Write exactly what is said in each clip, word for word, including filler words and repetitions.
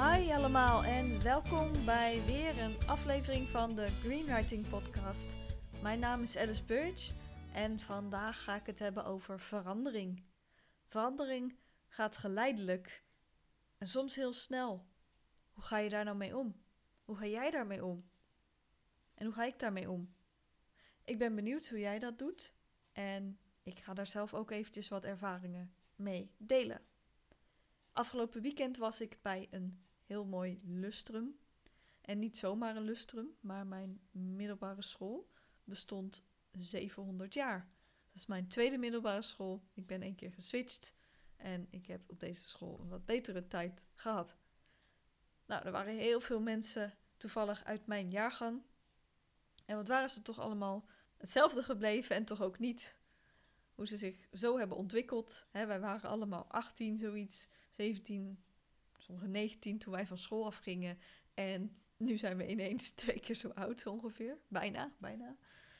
Hi allemaal en welkom bij weer een aflevering van de Greenwriting Podcast. Mijn naam is Alice Burge en vandaag ga ik het hebben over verandering. Verandering gaat geleidelijk en soms heel snel. Hoe ga je daar nou mee om? Hoe ga jij daarmee om? En hoe ga ik daarmee om? Ik ben benieuwd hoe jij dat doet en ik ga daar zelf ook eventjes wat ervaringen mee delen. Afgelopen weekend was ik bij een heel mooi lustrum. En niet zomaar een lustrum, maar mijn middelbare school bestond zevenhonderd jaar. Dat is mijn tweede middelbare school. Ik ben één keer geswitcht en ik heb op deze school een wat betere tijd gehad. Nou, er waren heel veel mensen toevallig uit mijn jaargang. En wat waren ze toch allemaal hetzelfde gebleven en toch ook niet. Hoe ze zich zo hebben ontwikkeld. Hè, wij waren allemaal achttien, zoiets, zeventien, sommigen negentien toen wij van school afgingen. En nu zijn we ineens twee keer zo oud, zo ongeveer. Bijna, bijna.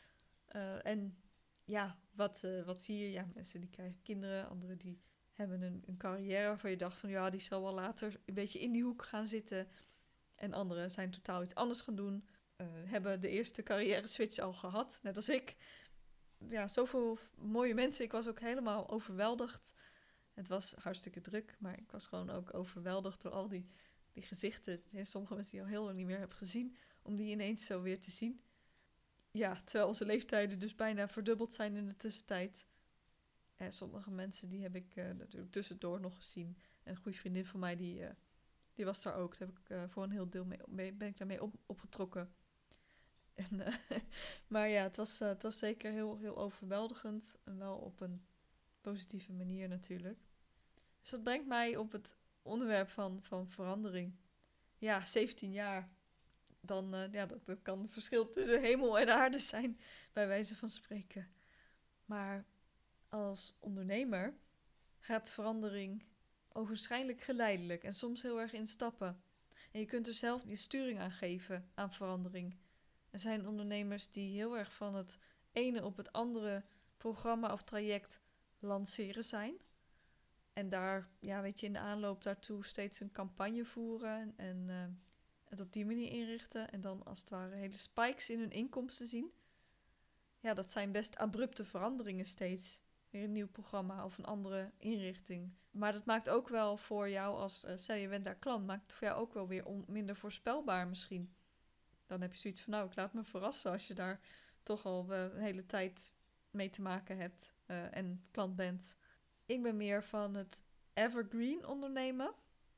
Uh, en ja, wat, uh, wat zie je? Ja, mensen die krijgen kinderen, anderen die hebben een, een carrière waarvan je dacht van ja, die zal wel later een beetje in die hoek gaan zitten. En anderen zijn totaal iets anders gaan doen. Uh, hebben de eerste carrière switch al gehad, net als ik. Ja, zoveel mooie mensen. Ik was ook helemaal overweldigd. Het was hartstikke druk, maar ik was gewoon ook overweldigd door al die, die gezichten. Sommige mensen die ik al heel lang niet meer heb gezien, om die ineens zo weer te zien. Ja, terwijl onze leeftijden dus bijna verdubbeld zijn in de tussentijd. En sommige mensen die heb ik uh, natuurlijk tussendoor nog gezien. En een goede vriendin van mij, die, uh, die was daar ook. Daar heb ik uh, voor een heel deel mee, mee, ben ik daarmee op, opgetrokken. En, uh, maar ja, het was, uh, het was zeker heel, heel overweldigend. En wel op een positieve manier natuurlijk. Dus dat brengt mij op het onderwerp van, van verandering. Ja, zeventien jaar. Dan, uh, ja, dat, dat kan het verschil tussen hemel en aarde zijn, bij wijze van spreken. Maar als ondernemer gaat verandering ogenschijnlijk geleidelijk en soms heel erg in stappen. En je kunt er zelf je sturing aan geven aan verandering. Er zijn ondernemers die heel erg van het ene op het andere programma of traject lanceren zijn. En daar, ja, weet je, in de aanloop daartoe steeds een campagne voeren en uh, het op die manier inrichten. En dan als het ware hele spikes in hun inkomsten zien. Ja, dat zijn best abrupte veranderingen steeds. Weer een nieuw programma of een andere inrichting. Maar dat maakt ook wel voor jou als, uh, stel je bent daar klant, maakt het voor jou ook wel weer on- minder voorspelbaar misschien. Dan heb je zoiets van, nou, ik laat me verrassen als je daar toch al uh, een hele tijd mee te maken hebt uh, en klant bent. Ik ben meer van het evergreen ondernemen.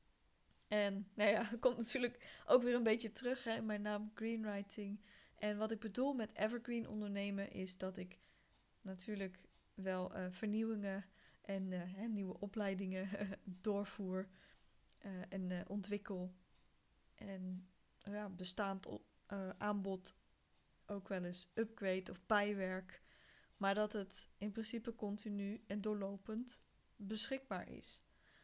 En nou ja, het komt natuurlijk ook weer een beetje terug hè, in mijn naam Greenwriting. En wat ik bedoel met evergreen ondernemen is dat ik natuurlijk wel uh, vernieuwingen en uh, hè, nieuwe opleidingen uh, doorvoer uh, en uh, ontwikkel. En ja, bestaand op, uh, aanbod ook wel eens upgrade of bijwerk. Maar dat het in principe continu en doorlopend beschikbaar is.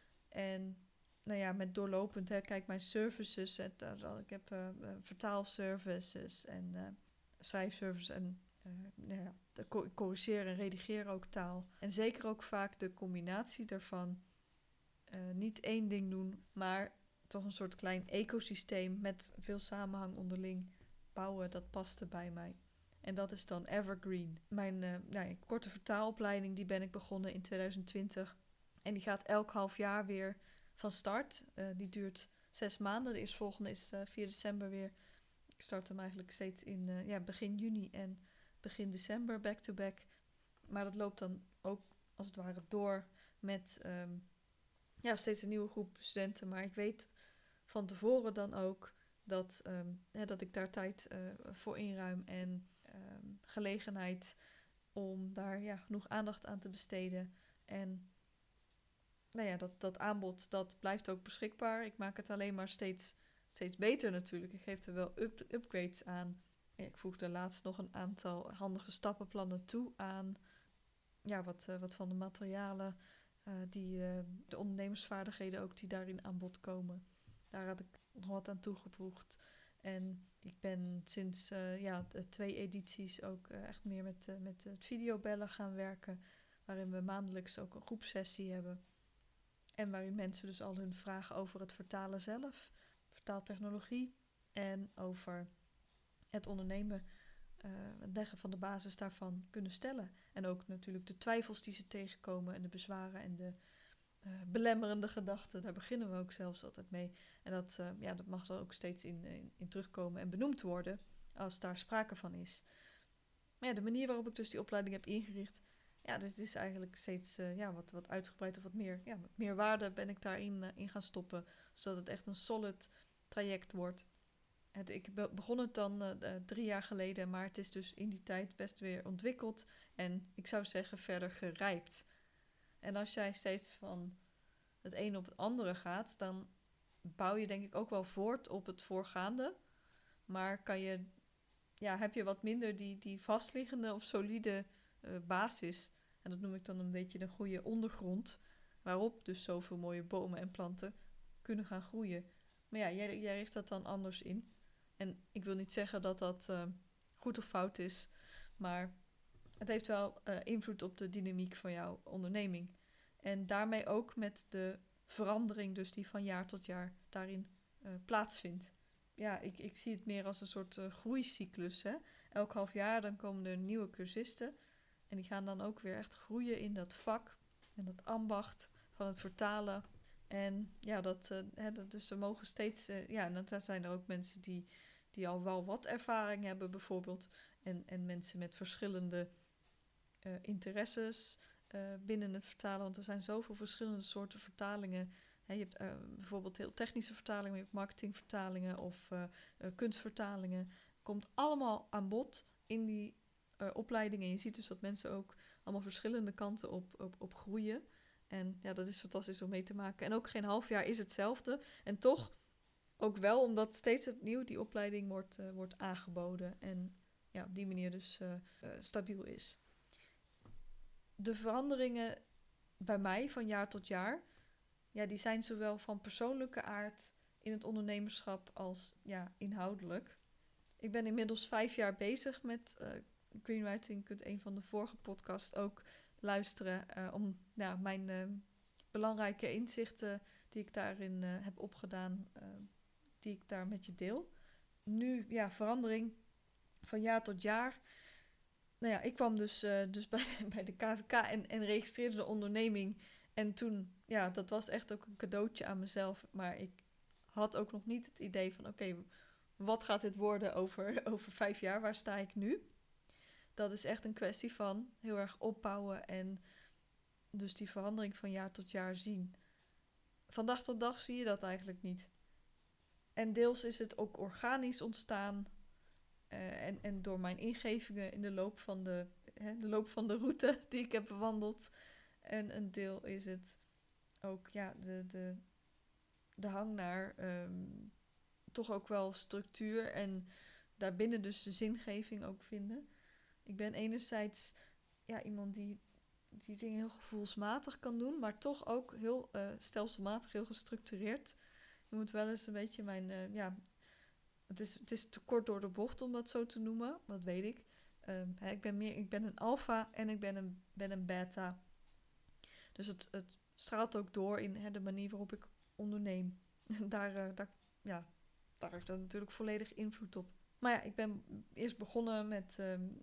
En nou ja, met doorlopend, hè, kijk, mijn services, het, uh, ik heb uh, uh, vertaalservices en uh, schrijfservices en uh, nou ja, ik corrigeer en redigeer ook taal. En zeker ook vaak de combinatie daarvan. Uh, niet één ding doen, maar toch een soort klein ecosysteem met veel samenhang onderling bouwen, dat paste bij mij. En dat is dan evergreen. Mijn uh, nou, korte vertaalopleiding die ben ik begonnen in twintig twintig. En die gaat elk half jaar weer van start. Uh, die duurt zes maanden. De eerstvolgende is uh, vier december weer. Ik start hem eigenlijk steeds in uh, ja, begin juni en begin december back-to-back. Maar dat loopt dan ook als het ware door met um, ja, steeds een nieuwe groep studenten. Maar ik weet van tevoren dan ook dat, um, ja, dat ik daar tijd uh, voor inruim en um, gelegenheid om daar ja, genoeg aandacht aan te besteden. En nou ja, dat, dat aanbod dat blijft ook beschikbaar. Ik maak het alleen maar steeds, steeds beter natuurlijk. Ik geef er wel up, upgrades aan. Ja, ik voegde laatst nog een aantal handige stappenplannen toe aan. Ja, wat, uh, wat van de materialen, uh, die, uh, de ondernemersvaardigheden ook die daarin aan bod komen. Daar had ik nog wat aan toegevoegd. En ik ben sinds uh, ja, de twee edities ook uh, echt meer met, uh, met het videobellen gaan werken. Waarin we maandelijks ook een groepsessie hebben. En waarin mensen dus al hun vragen over het vertalen zelf vertaaltechnologie en over het ondernemen, uh, het leggen van de basis daarvan kunnen stellen. En ook natuurlijk de twijfels die ze tegenkomen en de bezwaren en de uh, belemmerende gedachten. Daar beginnen we ook zelfs altijd mee. En dat, uh, ja, dat mag dan ook steeds in, in, in terugkomen en benoemd worden als daar sprake van is. Maar ja, de manier waarop ik dus die opleiding heb ingericht, ja, dit is eigenlijk steeds uh, ja, wat, wat uitgebreid of wat meer, ja, wat meer waarde ben ik daarin uh, in gaan stoppen, zodat het echt een solid traject wordt. Het, ik be- begon het dan uh, uh, drie jaar geleden, maar het is dus in die tijd best weer ontwikkeld en ik zou zeggen verder gerijpt. En als jij steeds van het een op het andere gaat, dan bouw je denk ik ook wel voort op het voorgaande, maar kan je, ja, heb je wat minder die, die vastliggende of solide uh, basis. En dat noem ik dan een beetje de goede ondergrond, waarop dus zoveel mooie bomen en planten kunnen gaan groeien. Maar ja, jij, jij richt dat dan anders in. En ik wil niet zeggen dat dat uh, goed of fout is, maar het heeft wel uh, invloed op de dynamiek van jouw onderneming. En daarmee ook met de verandering dus die van jaar tot jaar daarin uh, plaatsvindt. Ja, ik, ik zie het meer als een soort uh, groeicyclus. Hè? Elk half jaar dan komen er nieuwe cursisten. En die gaan dan ook weer echt groeien in dat vak en dat ambacht van het vertalen. En ja, dat, uh, hè, dat dus er mogen steeds... Uh, ja, en dan zijn er ook mensen die, die al wel wat ervaring hebben bijvoorbeeld. En, en mensen met verschillende uh, interesses uh, binnen het vertalen. Want er zijn zoveel verschillende soorten vertalingen. He, je hebt uh, bijvoorbeeld heel technische vertalingen, je hebt marketingvertalingen of uh, uh, kunstvertalingen. Komt allemaal aan bod in die uh, opleidingen. En je ziet dus dat mensen ook allemaal verschillende kanten op, op, op groeien. En ja, dat is fantastisch om mee te maken. En ook geen half jaar is hetzelfde. En toch ook wel, omdat steeds opnieuw die opleiding wordt, uh, wordt aangeboden. En ja, op die manier dus uh, uh, stabiel is. De veranderingen bij mij van jaar tot jaar, ja, die zijn zowel van persoonlijke aard in het ondernemerschap als ja, inhoudelijk. Ik ben inmiddels vijf jaar bezig met uh, Greenwriting. Je kunt een van de vorige podcasts ook luisteren uh, om nou, mijn uh, belangrijke inzichten die ik daarin uh, heb opgedaan, uh, die ik daar met je deel. Nu, ja, verandering van jaar tot jaar. Nou ja, ik kwam dus, uh, dus bij, de, bij de K V K en, en registreerde de onderneming. En toen, ja, dat was echt ook een cadeautje aan mezelf. Maar ik had ook nog niet het idee van, oké, okay, wat gaat dit worden over, over vijf jaar? Waar sta ik nu? Dat is echt een kwestie van heel erg opbouwen en dus die verandering van jaar tot jaar zien. Van dag tot dag zie je dat eigenlijk niet. En deels is het ook organisch ontstaan. Uh, en, en door mijn ingevingen in de loop van de, hè, de loop van de route die ik heb bewandeld. En een deel is het ook ja, de, de, de hang naar um, toch ook wel structuur en daarbinnen dus de zingeving ook vinden. Ik ben enerzijds ja, iemand die, die dingen heel gevoelsmatig kan doen, maar toch ook heel uh, stelselmatig, heel gestructureerd. Je moet wel eens een beetje mijn... Uh, ja, Het is, het is te kort door de bocht om dat zo te noemen, dat weet ik. Um, hè, ik, ben meer, ik ben een alfa en ik ben een, ben een beta. Dus het, het straalt ook door in hè, de manier waarop ik onderneem. daar, uh, daar, ja, daar heeft dat natuurlijk volledig invloed op. Maar ja, ik ben eerst begonnen met um,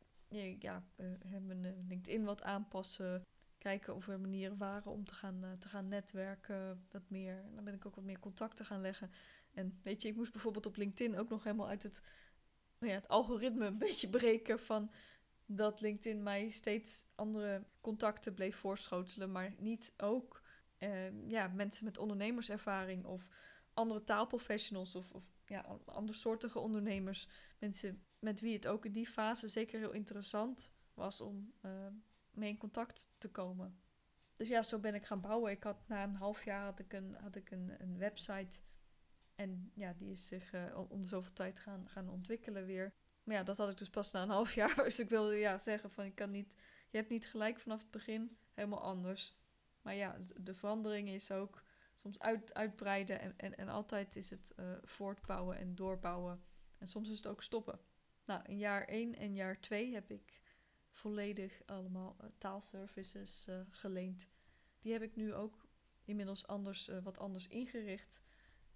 ja, uh, mijn LinkedIn wat aanpassen. Kijken of er manieren waren om te gaan, uh, te gaan netwerken. Wat meer. Dan ben ik ook wat meer contacten gaan leggen. En weet je, ik moest bijvoorbeeld op LinkedIn ook nog helemaal uit het, nou ja, het algoritme een beetje breken van dat LinkedIn mij steeds andere contacten bleef voorschotelen, maar niet ook uh, ja, mensen met ondernemerservaring of andere taalprofessionals of, of ja, andersoortige ondernemers. Mensen met wie het ook in die fase zeker heel interessant was om uh, mee in contact te komen. Dus ja, zo ben ik gaan bouwen. Ik had na een half jaar had ik een, had ik een, een website. En ja, die is zich uh, om de zoveel tijd gaan, gaan ontwikkelen weer. Maar ja, dat had ik dus pas na een half jaar. Dus ik wilde ja zeggen van, ik kan niet, je hebt niet gelijk vanaf het begin, helemaal anders. Maar ja, de verandering is ook soms uit, uitbreiden. En, en, en altijd is het uh, voortbouwen en doorbouwen. En soms is het ook stoppen. Nou, in jaar één en jaar twee heb ik volledig allemaal uh, taalservices uh, geleend. Die heb ik nu ook inmiddels anders, uh, wat anders ingericht.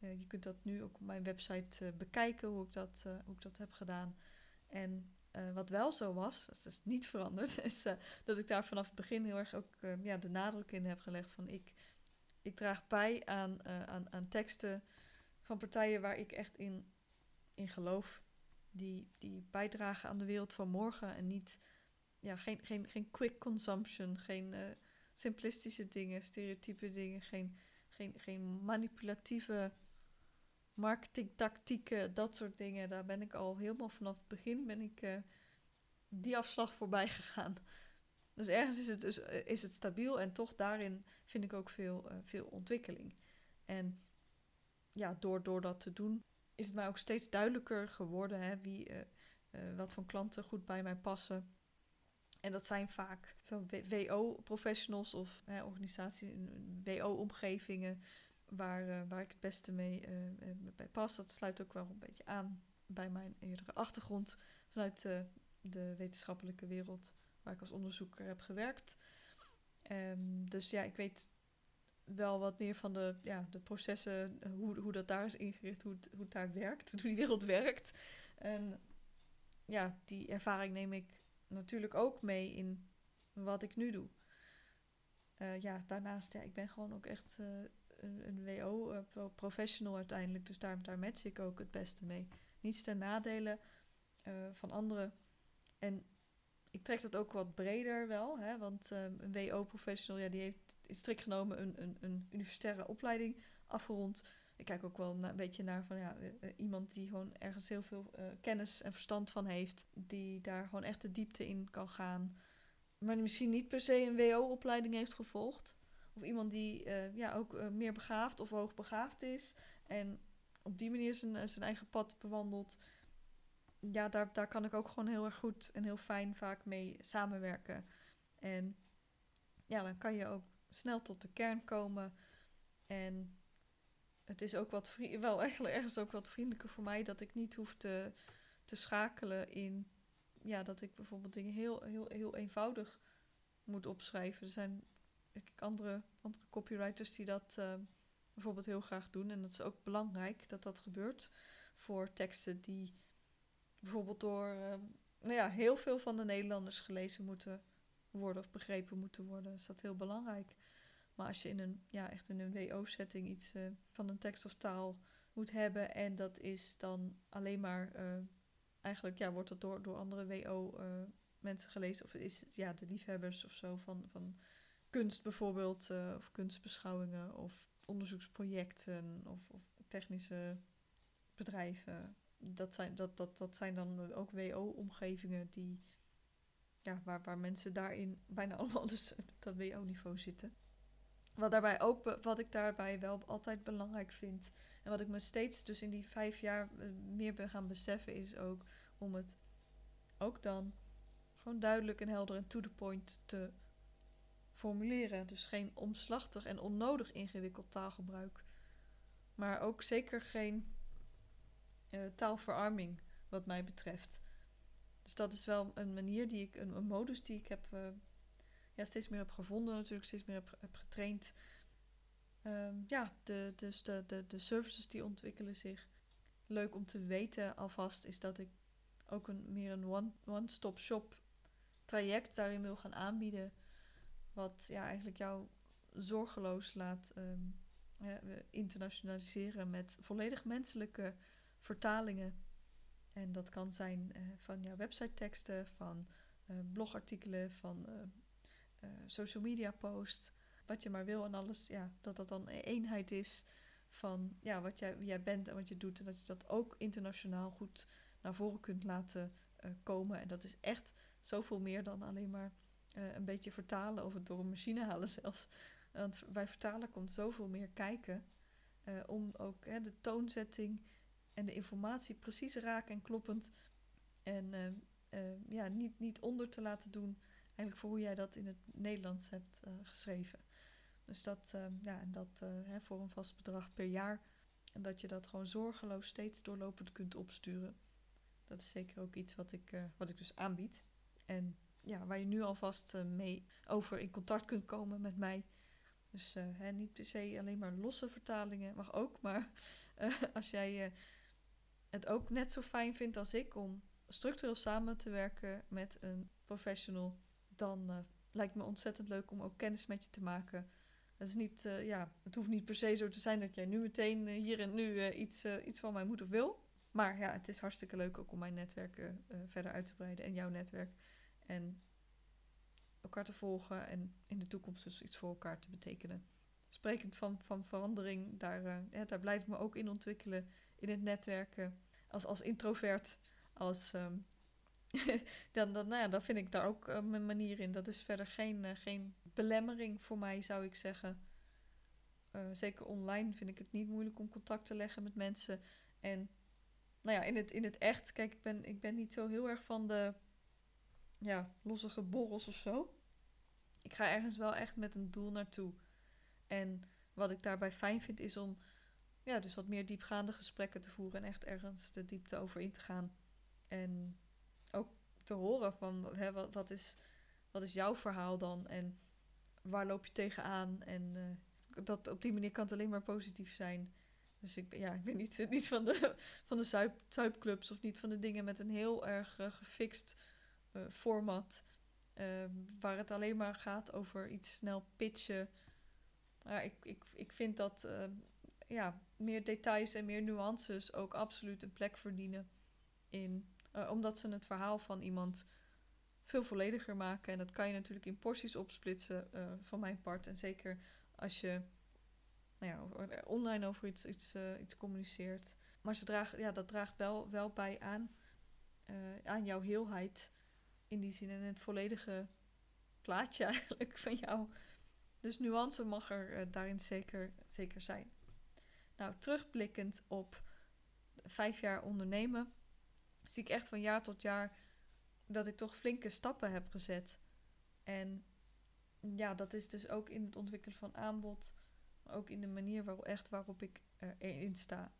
Uh, je kunt dat nu ook op mijn website uh, bekijken, hoe ik dat, uh, hoe ik dat heb gedaan. En uh, wat wel zo was, dat is niet veranderd, is uh, dat ik daar vanaf het begin heel erg ook uh, ja, de nadruk in heb gelegd van ik, ik draag bij aan, uh, aan, aan teksten van partijen waar ik echt in, in geloof. Die, die bijdragen aan de wereld van morgen en niet, ja, geen, geen, geen quick consumption, geen uh, simplistische dingen, stereotype dingen, geen, geen, geen manipulatieve marketingtactieken, dat soort dingen. Daar ben ik al helemaal vanaf het begin ben ik uh, die afslag voorbij gegaan. Dus ergens is het, dus, uh, is het stabiel en toch daarin vind ik ook veel, uh, veel ontwikkeling. En ja, door, door dat te doen is het mij ook steeds duidelijker geworden hè, wie, uh, uh, wat voor klanten goed bij mij passen. En dat zijn vaak veel W O-professionals of hè, organisaties, W O-omgevingen waar, uh, waar ik het beste mee uh, bij pas. Dat sluit ook wel een beetje aan bij mijn eerdere achtergrond vanuit uh, de wetenschappelijke wereld waar ik als onderzoeker heb gewerkt. Um, dus ja, ik weet wel wat meer van de, ja, de processen, hoe, hoe dat daar is ingericht, hoe het, hoe het daar werkt, hoe die wereld werkt. En ja, die ervaring neem ik natuurlijk ook mee in wat ik nu doe. Uh, ja, daarnaast, ja, ik ben gewoon ook echt uh, een, een W O-professional uh, uiteindelijk. Dus daar, daar match ik ook het beste mee. Niets ten nadele uh, van anderen. En ik trek dat ook wat breder wel. Hè, want uh, een W O-professional, ja, die heeft strikt genomen een, een, een universitaire opleiding afgerond. Ik kijk ook wel na, een beetje naar van ja, uh, iemand die gewoon ergens heel veel uh, kennis en verstand van heeft. Die daar gewoon echt de diepte in kan gaan. Maar misschien niet per se een W O-opleiding heeft gevolgd. Of iemand die uh, ja, ook uh, meer begaafd of hoogbegaafd is. En op die manier zijn, zijn eigen pad bewandelt. Ja, daar, daar kan ik ook gewoon heel erg goed en heel fijn vaak mee samenwerken. En ja, dan kan je ook snel tot de kern komen. En het is ook wat vri- wel eigenlijk ergens ook wat vriendelijker voor mij dat ik niet hoef te, te schakelen in ja, dat ik bijvoorbeeld dingen heel, heel, heel eenvoudig moet opschrijven. Er zijn denk ik, andere, andere copywriters die dat uh, bijvoorbeeld heel graag doen. En dat is ook belangrijk dat dat gebeurt voor teksten die bijvoorbeeld door uh, nou ja, heel veel van de Nederlanders gelezen moeten worden of begrepen moeten worden. Is dat heel belangrijk. Maar als je in een, ja, echt in een W O-setting iets uh, van een tekst of taal moet hebben en dat is dan alleen maar uh, eigenlijk ja, wordt dat door, door andere W O-mensen uh, gelezen of is het ja, de liefhebbers of zo van, van kunst bijvoorbeeld uh, of kunstbeschouwingen of onderzoeksprojecten of, of technische bedrijven. Dat zijn, dat, dat, dat zijn dan ook W O-omgevingen die, ja, waar, waar mensen daarin bijna allemaal dus op dat W O-niveau zitten. Wat, daarbij ook, wat ik daarbij wel altijd belangrijk vind en wat ik me steeds dus in die vijf jaar meer ben gaan beseffen is ook om het ook dan gewoon duidelijk en helder en to the point te formuleren. Dus geen omslachtig en onnodig ingewikkeld taalgebruik. Maar ook zeker geen uh, taalverarming wat mij betreft. Dus dat is wel een manier die ik, een, een modus die ik heb uh, ja, steeds meer heb gevonden, natuurlijk steeds meer heb, heb getraind. Um, ja, de, dus de, de, de services die ontwikkelen zich. Leuk om te weten alvast is dat ik ook een, meer een one, one-stop shop traject daarin wil gaan aanbieden. Wat ja, eigenlijk jou zorgeloos laat um, ja, internationaliseren met volledig menselijke vertalingen. En dat kan zijn uh, van jouw website teksten, van uh, blogartikelen, van uh, uh, social media posts. Wat je maar wil en alles, ja, dat dat dan een eenheid is van ja, wat jij, wie jij bent en wat je doet. En dat je dat ook internationaal goed naar voren kunt laten uh, komen. En dat is echt zoveel meer dan alleen maar uh, een beetje vertalen of het door een machine halen zelfs. Want bij vertalen komt zoveel meer kijken. Uh, om ook hè, de toonzetting en de informatie precies raak en kloppend. En uh, uh, ja, niet, niet onder te laten doen eigenlijk voor hoe jij dat in het Nederlands hebt uh, geschreven. Dus dat, uh, ja, en dat uh, hè, voor een vast bedrag per jaar. En dat je dat gewoon zorgeloos steeds doorlopend kunt opsturen. Dat is zeker ook iets wat ik, uh, wat ik dus aanbied. En ja, waar je nu alvast uh, mee over in contact kunt komen met mij. Dus uh, hè, niet per se alleen maar losse vertalingen, mag ook. Maar uh, als jij uh, het ook net zo fijn vindt als ik om structureel samen te werken met een professional, dan uh, lijkt me ontzettend leuk om ook kennis met je te maken. Het, is niet, uh, ja, het hoeft niet per se zo te zijn dat jij nu meteen uh, hier en nu uh, iets, uh, iets van mij moet of wil. Maar ja, het is hartstikke leuk ook om mijn netwerk uh, verder uit te breiden en jouw netwerk. En elkaar te volgen en in de toekomst dus iets voor elkaar te betekenen. Sprekend van, van verandering, daar, uh, ja, daar blijf ik me ook in ontwikkelen in het netwerken. Als, als introvert, als... Um, dan, dan, nou ja, dan vind ik daar ook uh, mijn manier in. Dat is verder geen, uh, geen belemmering voor mij, zou ik zeggen. Uh, zeker online vind ik het niet moeilijk om contact te leggen met mensen. En nou ja, in het, in het echt, kijk, ik ben, ik ben niet zo heel erg van de ja, lossige borrels of zo. Ik ga ergens wel echt met een doel naartoe. En wat ik daarbij fijn vind is om ja, dus wat meer diepgaande gesprekken te voeren en echt ergens de diepte over in te gaan. En ook te horen van hè, wat, wat, is, wat is jouw verhaal dan en waar loop je tegenaan. En uh, dat, op die manier kan het alleen maar positief zijn. Dus ik ben, ja, ik ben niet, niet van de, van de zuip, zuipclubs of niet van de dingen met een heel erg uh, gefixt uh, format. Uh, waar het alleen maar gaat over iets snel pitchen. Uh, ik, ik, ik vind dat uh, ja, meer details en meer nuances ook absoluut een plek verdienen. In, uh, omdat ze het verhaal van iemand veel vollediger maken. En dat kan je natuurlijk in porties opsplitsen uh, van mijn part. En zeker als je nou ja, online over iets, iets, uh, iets communiceert. Maar ze dragen, ja, dat draagt wel, wel bij aan, uh, aan jouw heelheid. In die zin en het volledige plaatje eigenlijk van jou. Dus nuance mag er uh, daarin zeker, zeker zijn. Nou, terugblikkend op vijf jaar ondernemen, zie ik echt van jaar tot jaar dat ik toch flinke stappen heb gezet. En ja, dat is dus ook in het ontwikkelen van aanbod, maar ook in de manier waarop, echt waarop ik erin sta.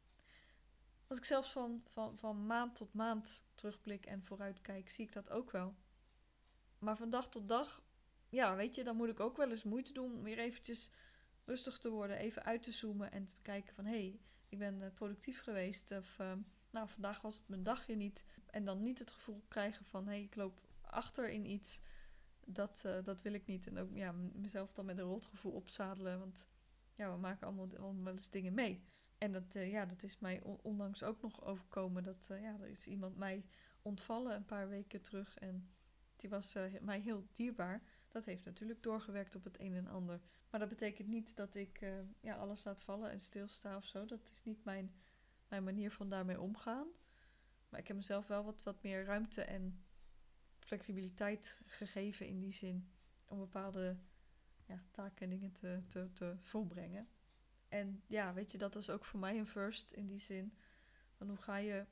Als ik zelfs van, van, van maand tot maand terugblik en vooruitkijk, zie ik dat ook wel. Maar van dag tot dag, ja, weet je, dan moet ik ook wel eens moeite doen om weer eventjes rustig te worden, even uit te zoomen en te bekijken van, hé, hey, ik ben uh, productief geweest of uh, nou, vandaag was het mijn dagje niet. En dan niet het gevoel krijgen van, hé, hey, ik loop achter in iets. Dat, uh, dat wil ik niet. En ook ja, mezelf dan met een rotgevoel opzadelen, want ja, we maken allemaal, allemaal wel eens dingen mee. En dat, uh, ja, dat is mij onlangs ook nog overkomen. Dat, uh, ja, er is iemand mij ontvallen een paar weken terug en die was uh, mij heel dierbaar. Dat heeft natuurlijk doorgewerkt op het een en ander. Maar dat betekent niet dat ik uh, ja, alles laat vallen en stilsta of zo. Dat is niet mijn, mijn manier van daarmee omgaan. Maar ik heb mezelf wel wat, wat meer ruimte en flexibiliteit gegeven in die zin. Om bepaalde ja, taken en dingen te, te, te volbrengen. En ja, weet je, dat is ook voor mij een first in die zin. Van hoe ga je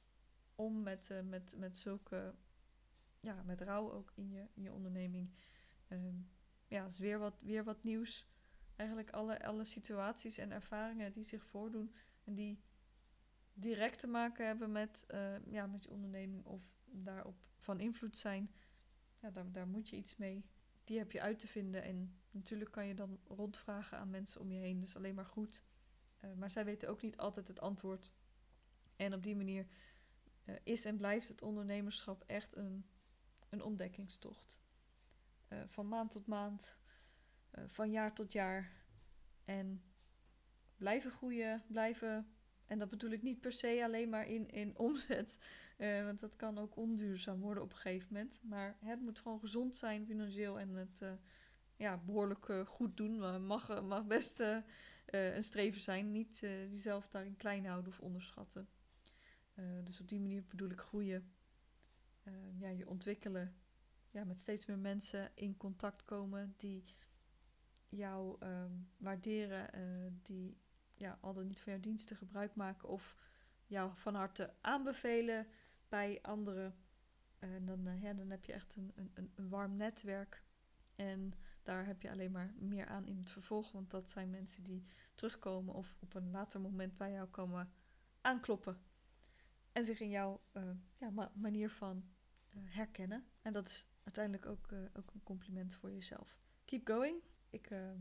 om met, uh, met, met zulke, ja, met rouw ook in je, in je onderneming. Um, ja, het is weer wat, weer wat nieuws. Eigenlijk alle, alle situaties en ervaringen die zich voordoen en die direct te maken hebben met, uh, ja, met je onderneming of daarop van invloed zijn. Ja, daar, daar moet je iets mee. Die heb je uit te vinden en natuurlijk kan je dan rondvragen aan mensen om je heen. Dat is alleen maar goed. Uh, maar zij weten ook niet altijd het antwoord. En op die manier uh, is en blijft het ondernemerschap echt een, een ontdekkingstocht. Uh, van maand tot maand, uh, van jaar tot jaar. En blijven groeien, blijven... En dat bedoel ik niet per se alleen maar in, in omzet. Uh, want dat kan ook onduurzaam worden op een gegeven moment. Maar het moet gewoon gezond zijn financieel en het uh, ja, behoorlijk uh, goed doen. Maar mag, mag best uh, uh, een streven zijn. Niet uh, jezelf daarin klein houden of onderschatten. Uh, dus op die manier bedoel ik groeien. Uh, ja, je ontwikkelen. Ja, met steeds meer mensen in contact komen die jou uh, waarderen. Uh, die ja, al dan niet van jouw diensten gebruik maken of jou van harte aanbevelen bij anderen. En dan, uh, ja, dan heb je echt een, een, een warm netwerk. En daar heb je alleen maar meer aan in het vervolg. Want dat zijn mensen die terugkomen of op een later moment bij jou komen aankloppen. En zich in jouw uh, ja, ma- manier van uh, herkennen. En dat is uiteindelijk ook, uh, ook een compliment voor jezelf. Keep going. Ik... Uh,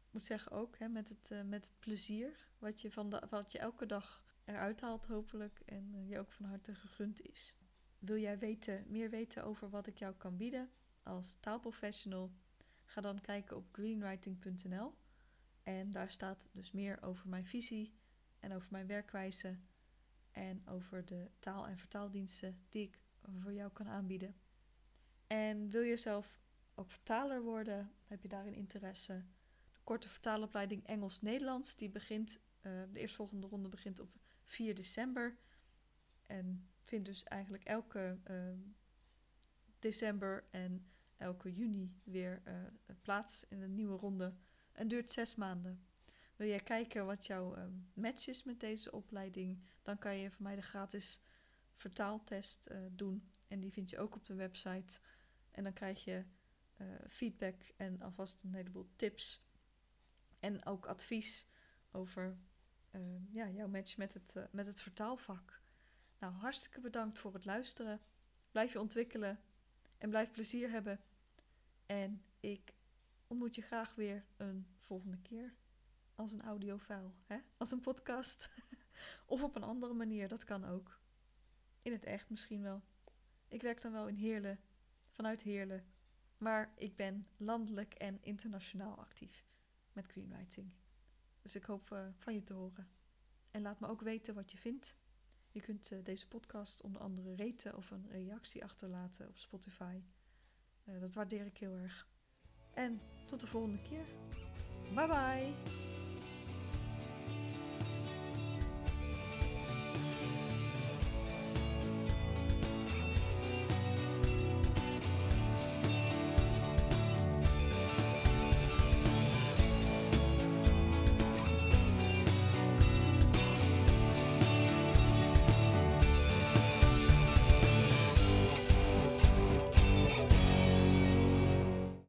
Ik moet zeggen ook, hè, met, het, uh, met het plezier wat je, van de, wat je elke dag eruit haalt hopelijk en uh, je ook van harte gegund is. Wil jij weten, meer weten over wat ik jou kan bieden als taalprofessional? Ga dan kijken op greenwriting punt n l en daar staat dus meer over mijn visie en over mijn werkwijze en over de taal- en vertaaldiensten die ik voor jou kan aanbieden. En wil je zelf ook vertaler worden? Heb je daarin interesse? De korte vertaalopleiding Engels-Nederlands, die begint, uh, de eerstvolgende ronde begint op vier december. En vindt dus eigenlijk elke uh, december en elke juni weer uh, plaats in een nieuwe ronde. En duurt zes maanden. Wil jij kijken wat jouw um, match is met deze opleiding? Dan kan je van mij de gratis vertaaltest uh, doen. En die vind je ook op de website. En dan krijg je uh, feedback en alvast een heleboel tips. En ook advies over uh, ja, jouw match met het, uh, met het vertaalvak. Nou, hartstikke bedankt voor het luisteren. Blijf je ontwikkelen en blijf plezier hebben. En ik ontmoet je graag weer een volgende keer. Als een audiofile, hè? Als een podcast. Of op een andere manier, dat kan ook. In het echt misschien wel. Ik werk dan wel in Heerlen, vanuit Heerlen. Maar ik ben landelijk en internationaal actief met Greenwriting. Dus ik hoop uh, van je te horen. En laat me ook weten wat je vindt. Je kunt uh, deze podcast onder andere raten of een reactie achterlaten op Spotify. Uh, dat waardeer ik heel erg. En tot de volgende keer. Bye bye!